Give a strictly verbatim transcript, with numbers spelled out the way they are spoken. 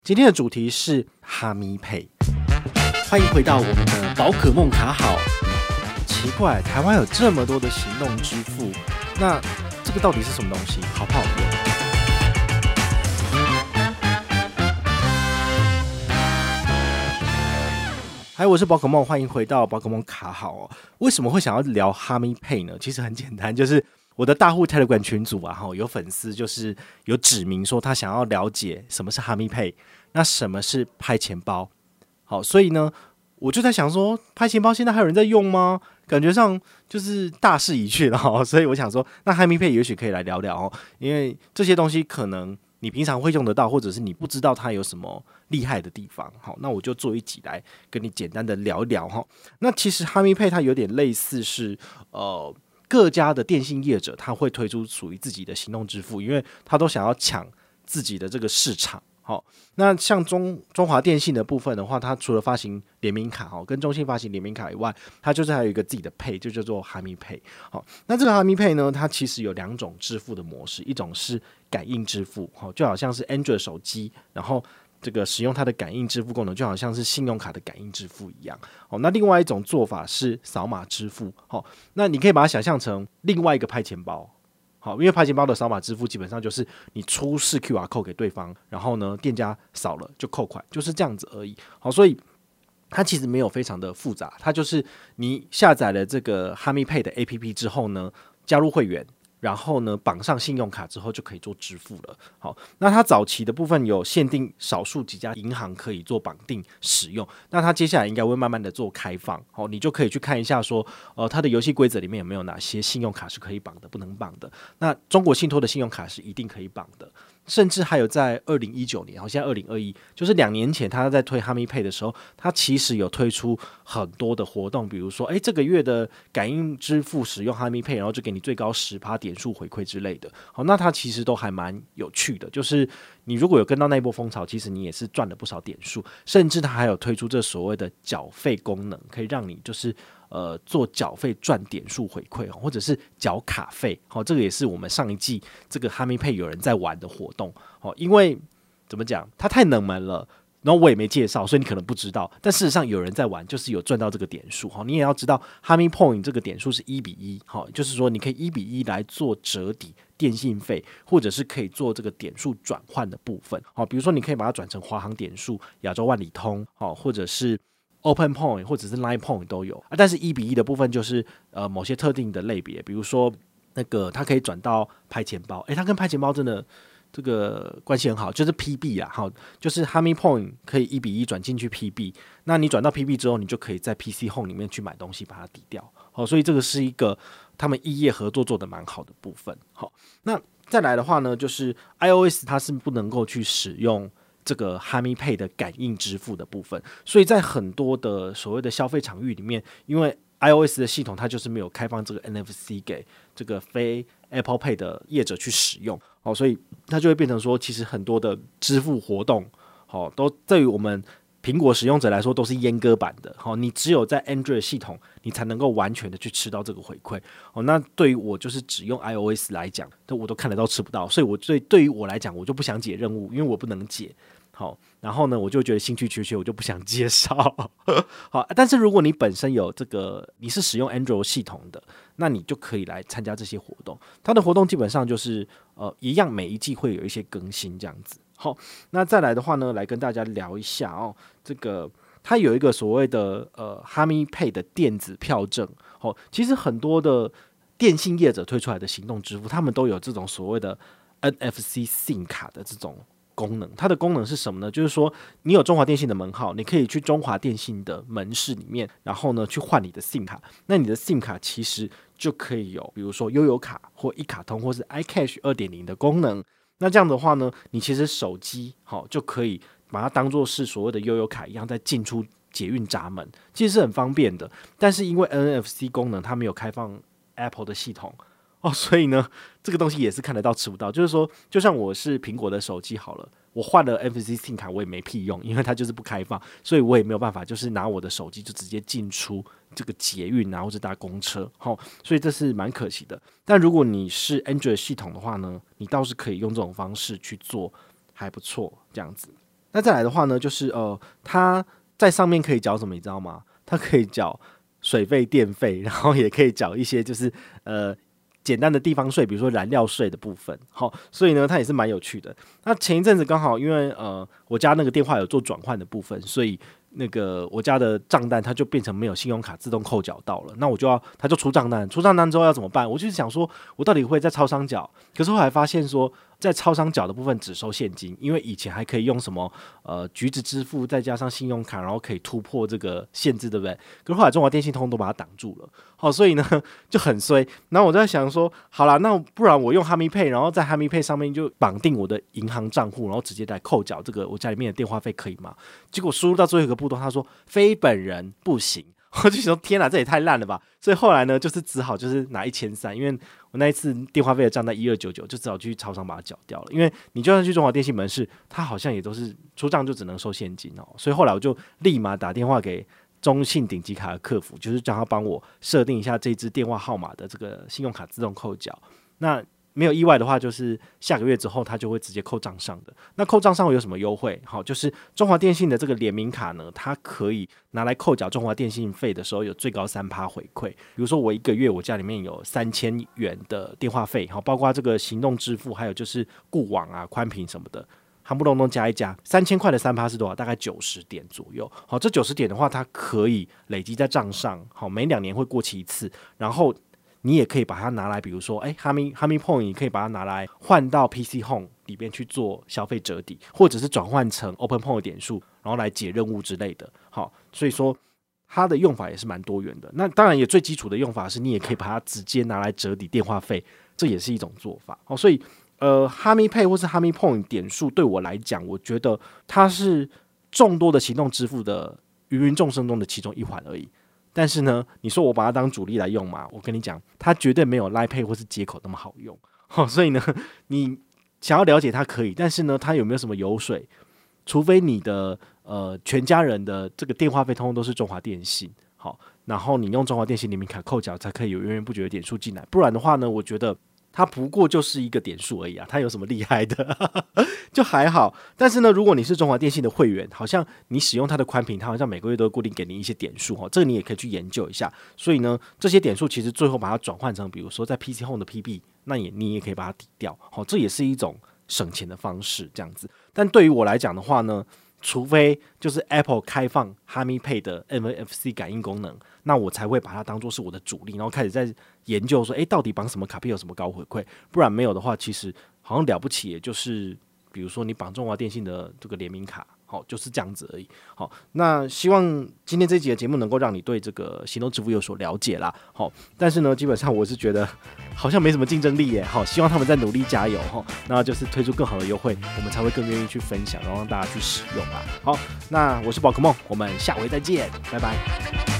今天的主题是哈咪配，欢迎回到我们的宝可梦卡好。奇怪，台湾有这么多的行动支付，那这个到底是什么东西？好不好用？嗨，我是宝可梦，欢迎回到宝可梦卡好哦。为什么会想要聊哈咪配呢？其实很简单，就是我的大户 Telegram 群组啊，有粉丝就是有指明说他想要了解什么是哈咪配，那什么是拍钱包。好，所以呢，我就在想说，拍钱包现在还有人在用吗？感觉上就是大势已去了哦，所以我想说，那哈咪配也许可以来聊聊哦，因为这些东西可能你平常会用得到，或者是你不知道它有什么厉害的地方。好，那我就做一集来跟你简单的聊一聊哈。那其实哈咪配它有点类似是呃各家的电信业者，他会推出属于自己的行动支付，因为他都想要抢自己的这个市场。好，那像中中华电信的部分的话，它除了发行联名卡跟中信发行联名卡以外，它就是还有一个自己的配，就叫做哈咪配。好，那这个哈咪配呢，它其实有两种支付的模式，一种是感应支付，就好像是 Android 手机，然后这个使用它的感应支付功能，就好像是信用卡的感应支付一样。好，那另外一种做法是扫码支付。好，那你可以把它想象成另外一个拍钱包。好，因为拍钱包的扫码支付基本上就是你出示 Q R code 给对方，然后呢店家扫了就扣款，就是这样子而已。好，所以它其实没有非常的复杂，它就是你下载了这个哈咪配的 A P P 之后呢，加入会员，然后呢绑上信用卡之后就可以做支付了。好，那它早期的部分有限定少数几家银行可以做绑定使用，那它接下来应该会慢慢的做开放。好，你就可以去看一下说，呃，它的游戏规则里面有没有哪些信用卡是可以绑的，不能绑的。那中国信托的信用卡是一定可以绑的。甚至还有在二零一九年，好，现在二零二一，就是两年前他在推哈咪配的时候，他其实有推出很多的活动，比如说，哎，这个月的感应支付使用哈咪配，然后就给你最高 百分之十 点数回馈之类的。好，那它其实都还蛮有趣的，就是你如果有跟到那一波风潮，其实你也是赚了不少点数，甚至它还有推出这所谓的缴费功能，可以让你就是呃做缴费赚点数回馈，或者是缴卡费。好，这个也是我们上一季这个哈咪配有人在玩的活动。好，因为怎么讲，它太冷门了。然后我也没介绍，所以你可能不知道，但事实上有人在玩，就是有赚到这个点数。你也要知道哈咪 Point 这个点数是一比一，就是说你可以一比一来做折抵电信费，或者是可以做这个点数转换的部分。比如说你可以把它转成华航点数、亚洲万里通，或者是 Open Point 或者是 Line Point 都有。但是一比一的部分就是呃某些特定的类别，比如说那个它可以转到拍钱包，诶，它跟拍钱包真的这个关系很好，就是 P B 啦，好，就是哈咪 Point 可以一比一转进去 P B， 那你转到 P B 之后，你就可以在 P C Home 里面去买东西把它抵掉。好，所以这个是一个他们异业合作做的蛮好的部分。好，那再来的话呢，就是 iOS 它是不能够去使用这个哈咪 Pay 的感应支付的部分，所以在很多的所谓的消费场域里面，因为 iOS 的系统它就是没有开放这个 N F C 给这个非 Apple Pay 的业者去使用。好，所以它就会变成说，其实很多的支付活动，好，都对于我们苹果使用者来说都是阉割版的。好，你只有在 Android 系统，你才能够完全的去吃到这个回馈。好，那对于我就是只用 iOS 来讲，我都看得到吃不到，所以我对对于我来讲，我就不想解任务，因为我不能解。好，然后呢，我就觉得兴趣缺缺，我就不想介绍。好，但是如果你本身有这个，你是使用 Android 系统的，那你就可以来参加这些活动。它的活动基本上就是呃一样，每一季会有一些更新这样子。好，那再来的话呢，来跟大家聊一下哦，这个它有一个所谓的呃哈咪 Pay 的电子票证。好，其实很多的电信业者推出来的行动支付，他们都有这种所谓的 N F C SIM 卡的这种功能。它的功能是什么呢？就是说你有中华电信的门号，你可以去中华电信的门市里面，然后呢去换你的 SIM 卡。那你的 SIM 卡其实就可以有比如说悠游卡或一卡通或是 iCash 二点零 的功能。那这样的话呢，你其实手机好就可以把它当作是所谓的悠游卡一样，在进出捷运闸门，其实是很方便的。但是因为 N F C 功能它没有开放 Apple 的系统哦，所以呢这个东西也是看得到吃不到。就是说就像我是苹果的手机好了，我换了 N F C SIM 卡我也没屁用，因为它就是不开放，所以我也没有办法就是拿我的手机就直接进出这个捷运啊或者搭公车。哦，所以这是蛮可惜的。但如果你是 Android 系统的话呢，你倒是可以用这种方式去做，还不错这样子。 那再来的话呢，就是呃，它在上面可以缴什么，你知道吗？它可以缴水费、电费，然后也可以缴一些就是呃简单的地方税，比如说燃料税的部分。好，所以呢，它也是蛮有趣的。那前一阵子刚好因为呃我家那个电话有做转换的部分，所以那个我家的账单它就变成没有信用卡自动扣缴到了。那我就要它就出账单，出账单之后要怎么办？我就是想说，我到底会在超商缴？可是后来发现说，在超商缴的部分只收现金，因为以前还可以用什么呃橘子支付，再加上信用卡，然后可以突破这个限制，对不对？可是后来中华电信通通都把它挡住了，好，所以呢就很衰。然后我在想说，好啦，那不然我用哈密 Pay， 然后在哈密 Pay 上面就绑定我的银行账户，然后直接来扣缴这个我家里面的电话费，可以吗？结果输入到最后一个步骤，他说非本人不行。我就说天哪，这也太烂了吧！所以后来呢，就是只好就是拿一千三，因为我那一次电话费的账单一二九九，就只好去超商把它缴掉了。因为你就算去中华电信门市，它好像也都是出账就只能收现金哦。所以后来我就立马打电话给中信顶级卡的客服，就是叫他帮我设定一下这支电话号码的这个信用卡自动扣缴。那没有意外的话，就是下个月之后，它就会直接扣账上的。那扣账上会有什么优惠？好，就是中华电信的这个联名卡呢，它可以拿来扣缴中华电信费的时候，有最高三趴回馈。比如说我一个月我家里面有三千元的电话费，好，包括这个行动支付，还有就是固网啊、宽频什么的，夯不隆咚加一加，三千块的三趴是多少？大概九十点左右。好，这九十点的话，它可以累积在账上，好，每两年会过期一次，然后你也可以把它拿来，比如说，哎、欸，哈密哈密 Point， 你可以把它拿来换到 P C Home 里边去做消费折抵，或者是转换成 Open Point 点数，然后来解任务之类的。好，所以说它的用法也是蛮多元的。那当然也最基础的用法是，你也可以把它直接拿来折抵电话费，这也是一种做法。好，所以呃，哈密 Pay 或是哈密 Point 点数对我来讲，我觉得它是众多的行动支付的芸芸众生中的其中一环而已。但是呢，你说我把它当主力来用嘛？我跟你讲，它绝对没有 Line Pay 或是街口那么好用。好，所以呢，你想要了解它可以，但是呢，它有没有什么油水？除非你的呃全家人的这个电话费通通都是中华电信，好，然后你用中华电信联名卡扣缴才可以有源源不绝的点数进来，不然的话呢，我觉得它不过就是一个点数而已啊，它有什么厉害的？就还好。但是呢，如果你是中华电信的会员，好像你使用它的宽频，它好像每个月都会固定给你一些点数，这个你也可以去研究一下。所以呢，这些点数其实最后把它转换成，比如说在 P C Home 的 P B， 那也你也可以把它抵掉，好，这也是一种省钱的方式，这样子。但对于我来讲的话呢，除非就是 Apple 开放哈密 Pay 的 N F C 感应功能，那我才会把它当作是我的主力，然后开始在研究说，哎，到底绑什么卡片有什么高回馈？不然没有的话，其实好像了不起，也就是比如说你绑中华电信的这个联名卡，好，就是这样子而已。好，那希望今天这一集的节目能够让你对这个行动支付有所了解啦。好，但是呢，基本上我是觉得好像没什么竞争力耶。好，希望他们在努力加油哈，那就是推出更好的优惠，我们才会更愿意去分享，然后让大家去使用啦。好，那我是宝可梦，我们下回再见，拜拜。